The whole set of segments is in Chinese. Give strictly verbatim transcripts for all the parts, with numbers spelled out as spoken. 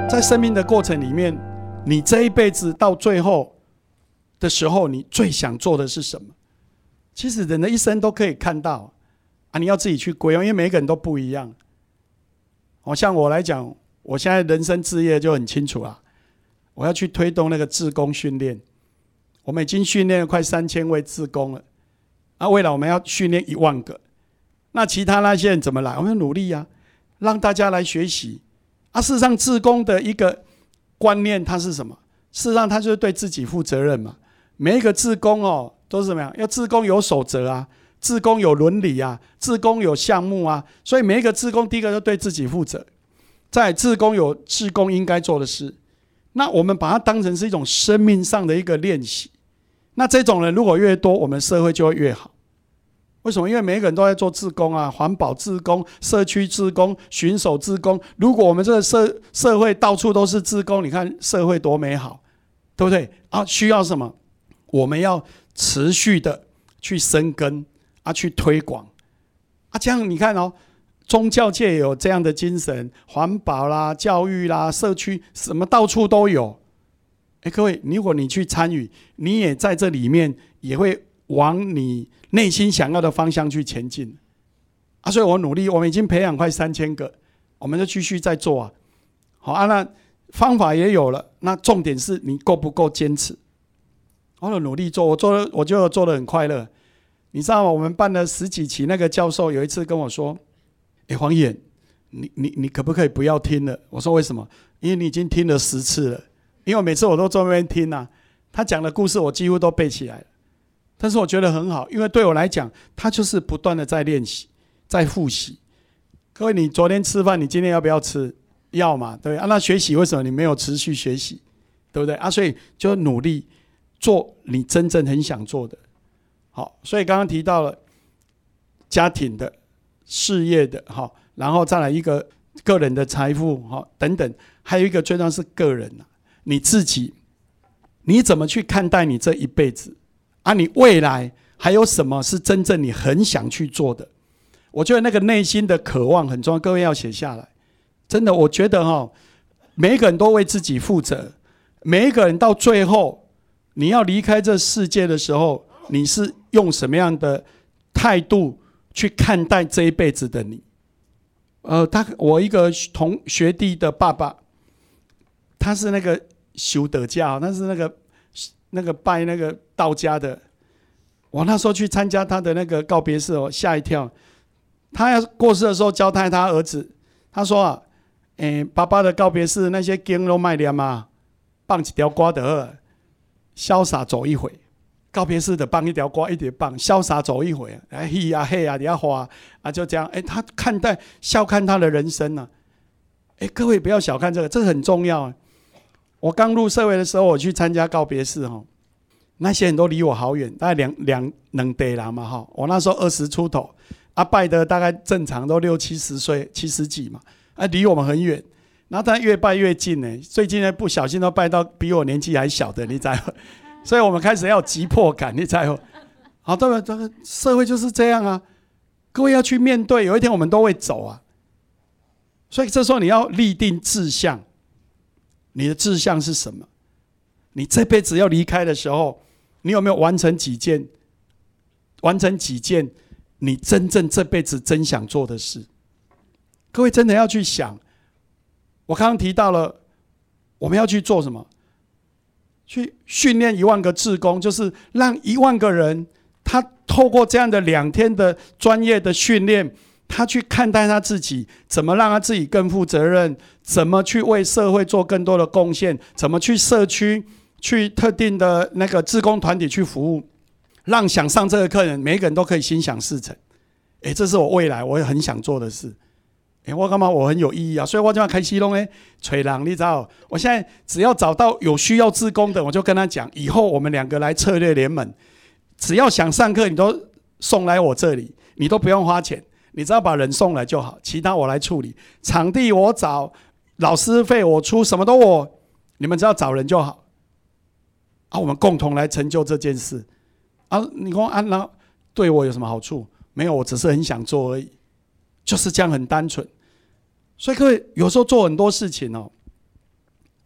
在生命的过程里面，你这一辈子到最后的时候，你最想做的是什么？其实人的一生都可以看到啊，你要自己去规划，因为每一个人都不一样。哦，像我来讲，我现在人生志业就很清楚啊，我要去推动那个志工训练。我们已经训练了快三千位志工了，啊，未来我们要训练一万个。那其他那些人怎么来？我们要努力啊，让大家来学习。啊，事实上，志工的一个观念，它是什么？事实上，它就是对自己负责任嘛。每一个志工哦，都是怎么样？要志工有守则啊，志工有伦理啊，志工有项目啊。所以每一个志工，第一个就对自己负责。再来，志工有志工应该做的事。那我们把它当成是一种生命上的一个练习。那这种人如果越多，我们社会就会越好。为什么？因为每一个人都在做志工啊，环保志工、社区志工、巡守志工。如果我们这个 社, 社会到处都是志工，你看社会多美好，对不对？啊，需要什么？我们要持续的去生根啊，去推广啊。这样你看哦，宗教界有这样的精神，环保啦、教育啦、社区什么到处都有。哎，各位，如果你去参与，你也在这里面也会往你内心想要的方向去前进啊！所以我努力，我们已经培养快三千个，我们就继续在做啊。好啊，那方法也有了，那重点是你够不够坚持？我有努力做，我做了，我就做得很快乐。你知道吗？我们办了十几期，那个教授有一次跟我说：“哎，黄远，你你你可不可以不要听了？”我说：“为什么？因为你已经听了十次了。因为我每次我都坐那边听啊，他讲的故事我几乎都背起来了。”但是我觉得很好，因为对我来讲，他就是不断的在练习，在复习。各位，你昨天吃饭，你今天要不要吃？要嘛，对啊。那学习为什么你没有持续学习？对不对啊？所以就努力做你真正很想做的。好，所以刚刚提到了家庭的、事业的，好，然后再来一个个人的财富，好，等等，还有一个最重要是个人啊，你自己，你怎么去看待你这一辈子？啊，你未来还有什么是真正你很想去做的？我觉得那个内心的渴望很重要，各位要写下来。真的，我觉得哈，每一个人都为自己负责，每一个人到最后你要离开这世界的时候，你是用什么样的态度去看待这一辈子的你？呃，他我一个同学弟的爸爸，他是那个修德教，他是那个。那个拜那个道家的，我那时候去参加他的那个告别式，我吓一跳。他要过世的时候交代他儿子，他说啊，欸、爸爸的告别式那些经都卖念嘛，放一条歌就好，潇洒走一回。告别式的放一条歌一直放，潇洒走一回，哎嘿啊嘿啊，你要花啊，就这样。哎、欸，他看待笑看他的人生啊，哎、欸，各位不要小看这个，这个很重要啊。我刚入社会的时候，我去参加告别式，那些人都离我好远，大概两两两地人嘛，我那时候二十出头，啊拜的大概正常都六七十岁，七十几嘛，啊离我们很远，然后他越拜越近呢，最近呢不小心都拜到比我年纪还小的，你知道，所以我们开始要有急迫感，你知道，好，对吧？这个社会就是这样啊，各位要去面对，有一天我们都会走啊，所以这时候你要立定志向。你的志向是什么？你这辈子要离开的时候，你有没有完成几件？完成几件你真正这辈子真想做的事？各位真的要去想。我刚刚提到了，我们要去做什么？去训练一万个志工，就是让一万个人，他透过这样的两天的专业的训练。他去看待他自己，怎么让他自己更负责任，怎么去为社会做更多的贡献，怎么去社区、去特定的那个志工团体去服务，让想上这个课人每一个人都可以心想事成。哎，这是我未来我也很想做的事。哎，我干嘛我很有意义啊？所以我就要开始弄哎，找人，你知道？我现在只要找到有需要志工的，我就跟他讲，以后我们两个来策略联盟，只要想上课，你都送来我这里，你都不用花钱。你只要把人送来就好，其他我来处理。场地我找，老师费我出，什么都我，你们只要找人就好。啊，我们共同来成就这件事。啊，你说啊，那对我有什么好处？没有，我只是很想做而已，就是这样很单纯。所以各位有时候做很多事情哦，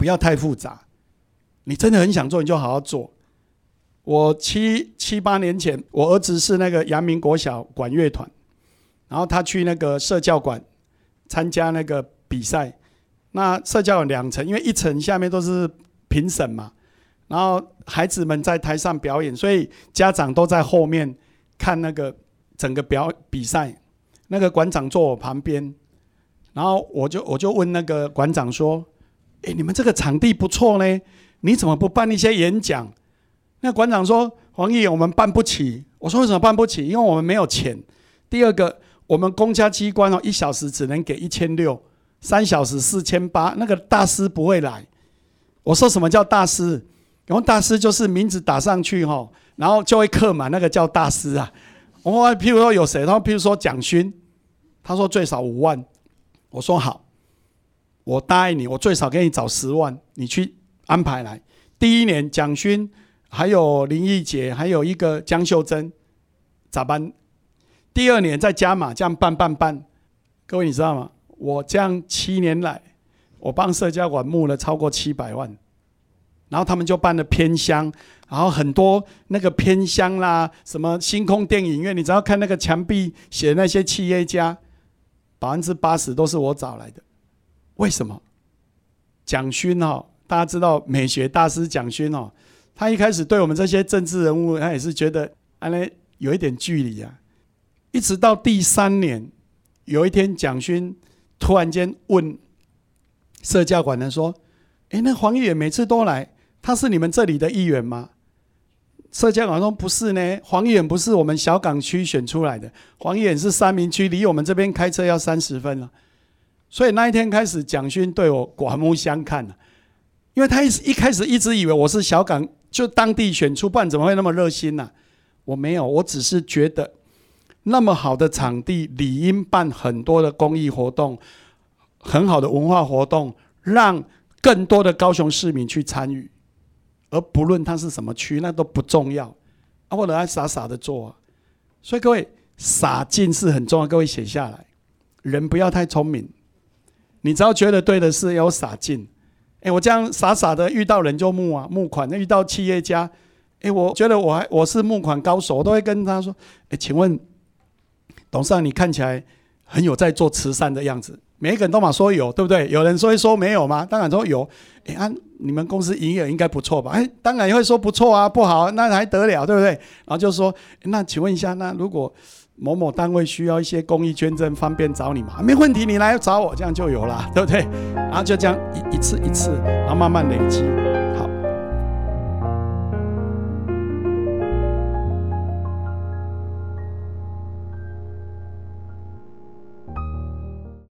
不要太复杂。你真的很想做，你就好好做。我七七八年前，我儿子是那个阳明国小管乐团，然后他去那个社教馆参加那个比赛。那社教有两层，因为一层下面都是评审嘛，然后孩子们在台上表演，所以家长都在后面看那个整个表比赛。那个馆长坐我旁边，然后我就我就问那个馆长说：“哎，你们这个场地不错呢，你怎么不办一些演讲？”那馆长说：“黄议员，我们办不起。”我说：“为什么办不起？因为我们没有钱。第二个，我们公家机关哦，一小时只能给一千六，三小时四千八，那个大师不会来。”我说：“什么叫大师？然后大师就是名字打上去哈，然后就会客满，那个叫大师啊。”我说：“譬如说有谁？他譬如说蒋勋，他说最少五万。”我说：“好，我答应你，我最少给你找十万，你去安排来。”第一年蒋勋。还有林义杰，还有一个江秀珍，咋办？第二年再加码，这样办办办。各位你知道吗？我这样七年来，我帮社教馆募了超过七百万，然后他们就办了偏乡，然后很多那个偏乡啦，什么星空电影院，你只要看那个墙壁写的那些企业家，百分之八十都是我找来的。为什么？蒋勋哦，大家知道美学大师蒋勋哦。他一开始对我们这些政治人物，他也是觉得有一点距离啊。一直到第三年，有一天蒋勋突然间问社教馆人说：“哎，那黄议员每次都来，他是你们这里的议员吗？”社教馆说：“不是呢，黄议员不是我们小港区选出来的，黄议员是三民区，离我们这边开车要三十分了。”所以那一天开始，蒋勋对我刮目相看了，因为他一一开始一直以为我是小港。就当地选出，不然怎么会那么热心呢、啊？我没有，我只是觉得那么好的场地，理应办很多的公益活动，很好的文化活动，让更多的高雄市民去参与，而不论它是什么区，那都不重要啊！我还傻傻的做、啊，所以各位傻劲是很重要，各位写下来，人不要太聪明，你只要觉得对的事，要有傻劲。哎，我这样傻傻的遇到人就募啊，募款；遇到企业家，哎，我觉得我还我是募款高手，我都会跟他说：“哎，请问董事长，你看起来很有在做慈善的样子。”每一个人都嘛说有，对不对？有人说会说没有吗？当然说有。哎啊，你们公司营业额应该不错吧？哎，当然会说不错啊，不好那还得了，对不对？然后就说：“那请问一下，那如果某某单位需要一些公益捐赠，方便找你吗？”没问题，你来找我，这样就有了，对不对？然后就这样一一次一次，然后慢慢累积。